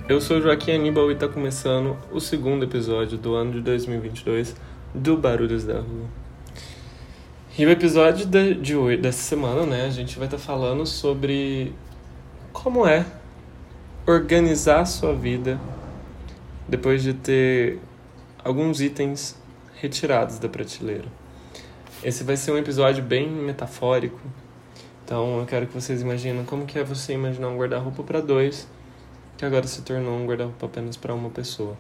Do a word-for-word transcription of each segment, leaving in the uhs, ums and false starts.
Eu sou o Joaquim Aníbal e está começando o segundo episódio do ano de dois mil e vinte e dois do Barulhos da Rua. E o episódio de, de hoje, dessa semana, né, a gente vai estar tá falando sobre como é organizar a sua vida depois de ter alguns itens retirados da prateleira. Esse vai ser um episódio bem metafórico, então eu quero que vocês imaginem como que é você imaginar um guarda-roupa para dois, que agora se tornou um guarda-roupa apenas para uma pessoa.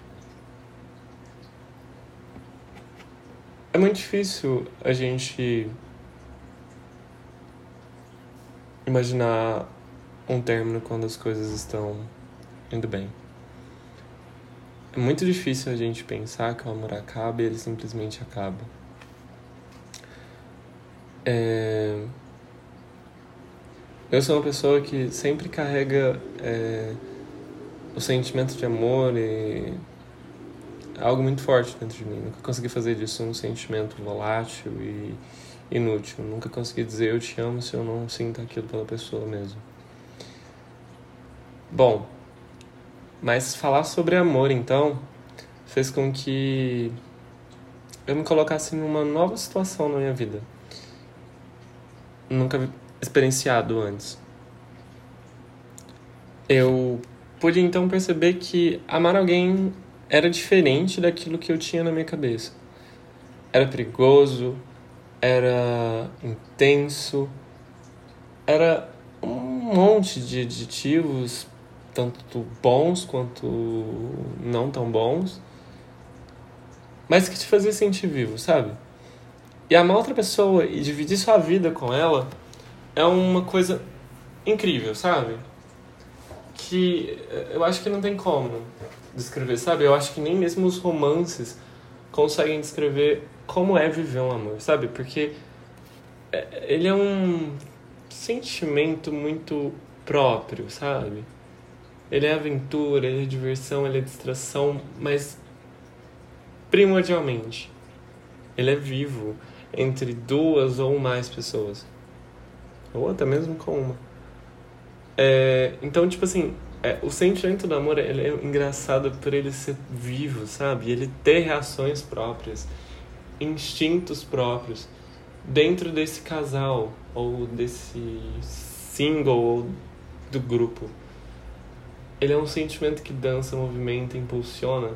É muito difícil a gente imaginar um término quando as coisas estão indo bem. É muito difícil a gente pensar que o amor acaba e ele simplesmente acaba. É... Eu sou uma pessoa que sempre carrega é, o sentimento de amor e é algo muito forte dentro de mim. Nunca consegui fazer disso um sentimento volátil e inútil. Nunca consegui dizer eu te amo se eu não sinto aquilo pela pessoa mesmo. Bom, mas falar sobre amor, então, fez com que eu me colocasse numa nova situação na minha vida. Nunca experienciado antes. Eu pude então perceber que amar alguém era diferente daquilo que eu tinha na minha cabeça. Era perigoso, era intenso, era um monte de adjetivos, tanto bons quanto não tão bons, mas que te fazia sentir vivo, sabe? E amar outra pessoa e dividir sua vida com ela é uma coisa incrível, sabe? Que eu acho que não tem como descrever, sabe? Eu acho que nem mesmo os romances conseguem descrever como é viver um amor, sabe? Porque ele é um sentimento muito próprio, sabe? Ele é aventura, ele é diversão, ele é distração, mas primordialmente ele é vivo entre duas ou mais pessoas. Ou até mesmo com uma. É, então, tipo assim, é, o sentimento do amor ele é engraçado por ele ser vivo, sabe? Ele ter reações próprias, instintos próprios dentro desse casal, ou desse single, ou do grupo. Ele é um sentimento que dança, movimenta, impulsiona.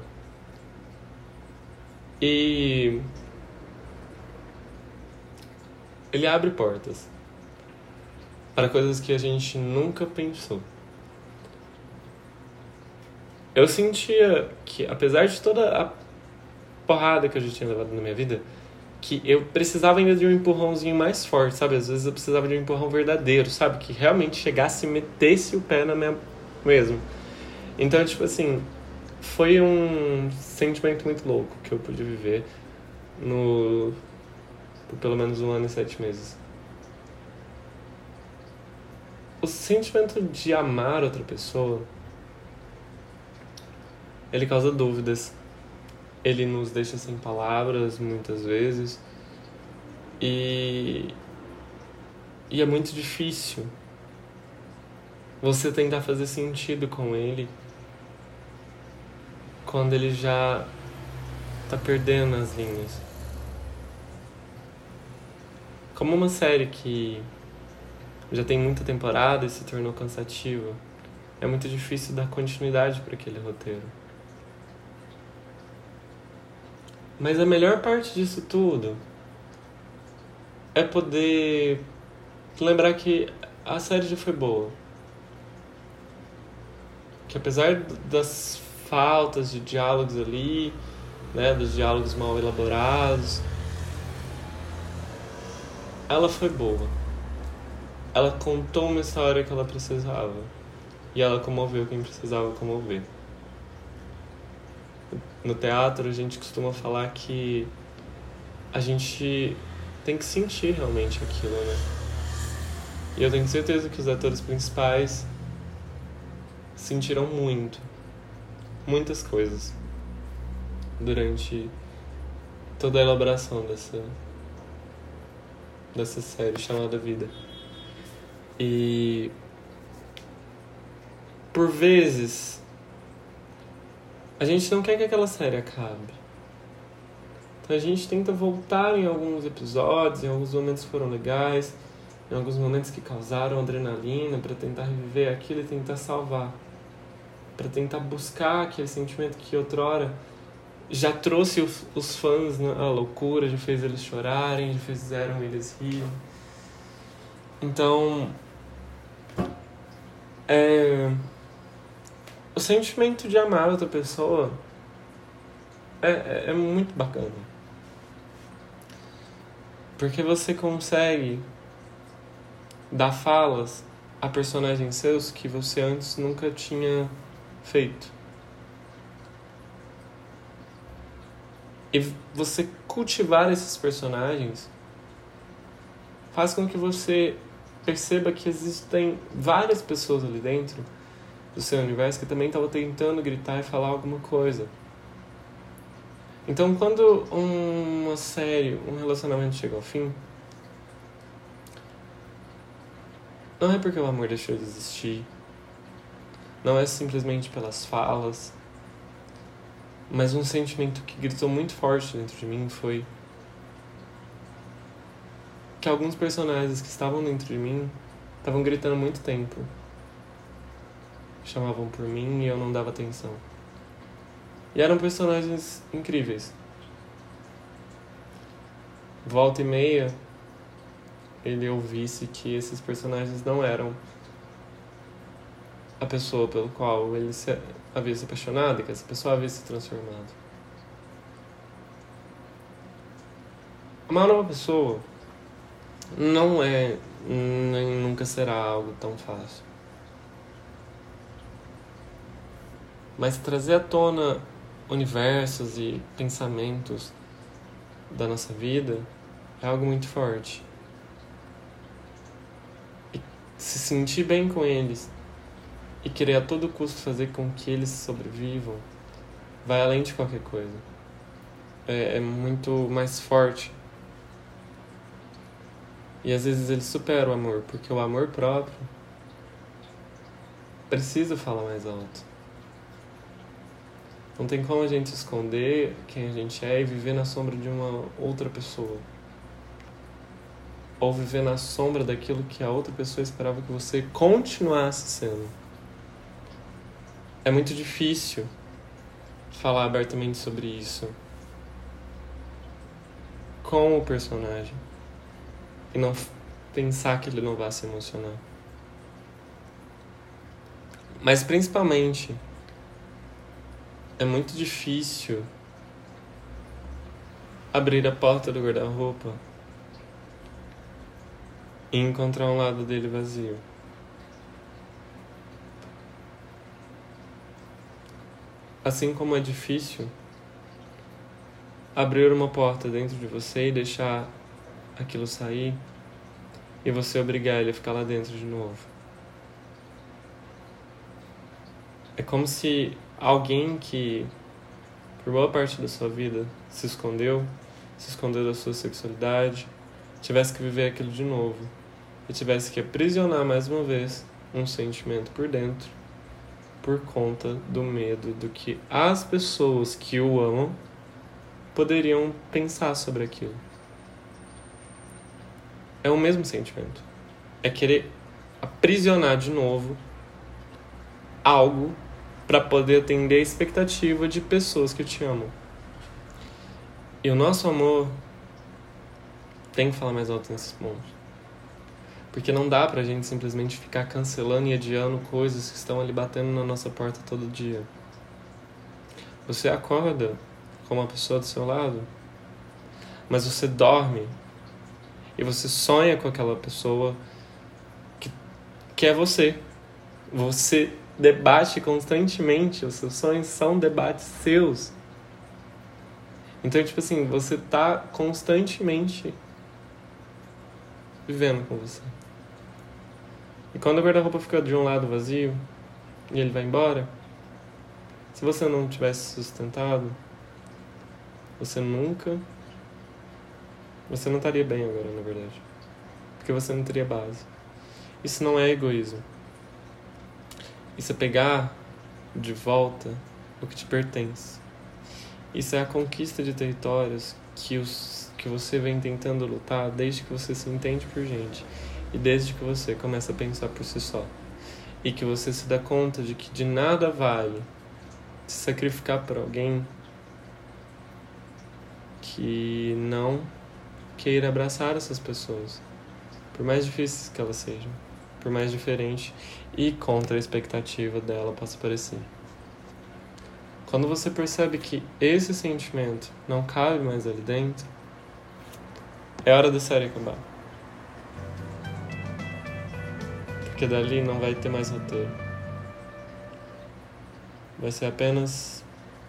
E ele abre portas para coisas que a gente nunca pensou. Eu sentia que, apesar de toda a porrada que eu já tinha levado na minha vida, que eu precisava ainda de um empurrãozinho mais forte, sabe? Às vezes eu precisava de um empurrão verdadeiro, sabe? Que realmente chegasse e metesse o pé na minha mesmo. Então, tipo assim, foi um sentimento muito louco que eu pude viver no... por pelo menos um ano e sete meses. O sentimento de amar outra pessoa, ele causa dúvidas. Ele nos deixa sem palavras, muitas vezes. E... E é muito difícil você tentar fazer sentido com ele quando ele já tá perdendo as linhas. Como uma série que já tem muita temporada e se tornou cansativa, é muito difícil dar continuidade para aquele roteiro. Mas a melhor parte disso tudo é poder lembrar que a série já foi boa. Que apesar das faltas de diálogos ali, né, dos diálogos mal elaborados, ela foi boa. Ela contou uma história que ela precisava. E ela comoveu quem precisava comover. No teatro, a gente costuma falar que a gente tem que sentir realmente aquilo, né? E eu tenho certeza que os atores principais sentiram muito. Muitas coisas. Durante toda a elaboração dessa, dessa série chamada Vida. E por vezes a gente não quer que aquela série acabe. Então a gente tenta voltar em alguns episódios, em alguns momentos que foram legais, em alguns momentos que causaram adrenalina, para tentar reviver aquilo e tentar salvar. Para tentar buscar aquele sentimento que outrora já trouxe os, os fãs à loucura, já fez eles chorarem, já fizeram eles rirem. Então, é, o sentimento de amar outra pessoa é, é, é muito bacana. Porque você consegue dar falas a personagens seus que você antes nunca tinha feito. E você cultivar esses personagens faz com que você perceba que existem várias pessoas ali dentro do seu universo que também estavam tentando gritar e falar alguma coisa. Então, quando uma série, um relacionamento chega ao fim, não é porque o amor deixou de existir, não é simplesmente pelas falas, mas um sentimento que gritou muito forte dentro de mim foi que alguns personagens que estavam dentro de mim estavam gritando há muito tempo. Chamavam por mim e eu não dava atenção. E eram personagens incríveis. Volta e meia, ele ouvisse que esses personagens não eram a pessoa pelo qual ele se havia se apaixonado e que essa pessoa havia se transformado. Amar uma pessoa não é, nem nunca será algo tão fácil. Mas trazer à tona universos e pensamentos da nossa vida é algo muito forte. E se sentir bem com eles e querer a todo custo fazer com que eles sobrevivam vai além de qualquer coisa. É, é muito mais forte. E às vezes ele supera o amor, porque o amor próprio precisa falar mais alto. Não tem como a gente esconder quem a gente é e viver na sombra de uma outra pessoa. Ou viver na sombra daquilo que a outra pessoa esperava que você continuasse sendo. É muito difícil falar abertamente sobre isso com o personagem e não pensar que ele não vai se emocionar. Mas principalmente é muito difícil abrir a porta do guarda-roupa e encontrar um lado dele vazio. Assim como é difícil abrir uma porta dentro de você e deixar aquilo sair e você obrigar ele a ficar lá dentro de novo. É como se alguém que, por boa parte da sua vida, se escondeu, se escondeu da sua sexualidade, tivesse que viver aquilo de novo e tivesse que aprisionar mais uma vez um sentimento por dentro por conta do medo do que as pessoas que o amam poderiam pensar sobre aquilo. É o mesmo sentimento. É querer aprisionar de novo algo para poder atender a expectativa de pessoas que te amam. E o nosso amor tem que falar mais alto nesses pontos. Porque não dá pra gente simplesmente ficar cancelando e adiando coisas que estão ali batendo na nossa porta todo dia. Você acorda com uma pessoa do seu lado, mas você dorme e você sonha com aquela pessoa que, que é você. Você debate constantemente, os seus sonhos são debates seus. Então, tipo assim, você tá constantemente vivendo com você. E quando o guarda-roupa fica de um lado vazio e ele vai embora, se você não tivesse sustentado, você nunca... Você não estaria bem agora, na verdade. Porque você não teria base. Isso não é egoísmo. Isso é pegar de volta o que te pertence. Isso é a conquista de territórios que, os, que você vem tentando lutar desde que você se entende por gente e desde que você começa a pensar por si só. E que você se dá conta de que de nada vale se sacrificar por alguém que não queira abraçar essas pessoas, por mais difíceis que elas sejam, por mais diferente e contra a expectativa dela possa parecer. Quando você percebe que esse sentimento não cabe mais ali dentro, é hora da série acabar. Porque dali não vai ter mais roteiro. Vai ser apenas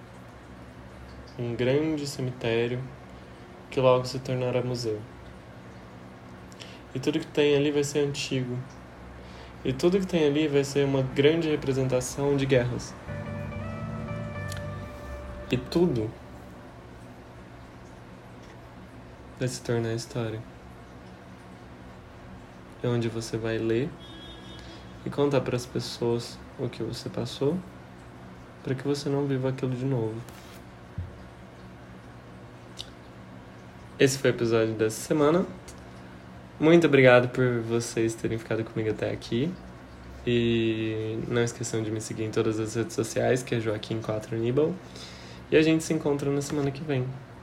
um grande cemitério que logo se tornará museu. E tudo que tem ali vai ser antigo. E tudo que tem ali vai ser uma grande representação de guerras. E tudo vai se tornar história. É onde você vai ler e contar para as pessoas o que você passou, para que você não viva aquilo de novo. Esse foi o episódio dessa semana. Muito obrigado por vocês terem ficado comigo até aqui. E não esqueçam de me seguir em todas as redes sociais, que é Joaquim quatro Nibal. E a gente se encontra na semana que vem.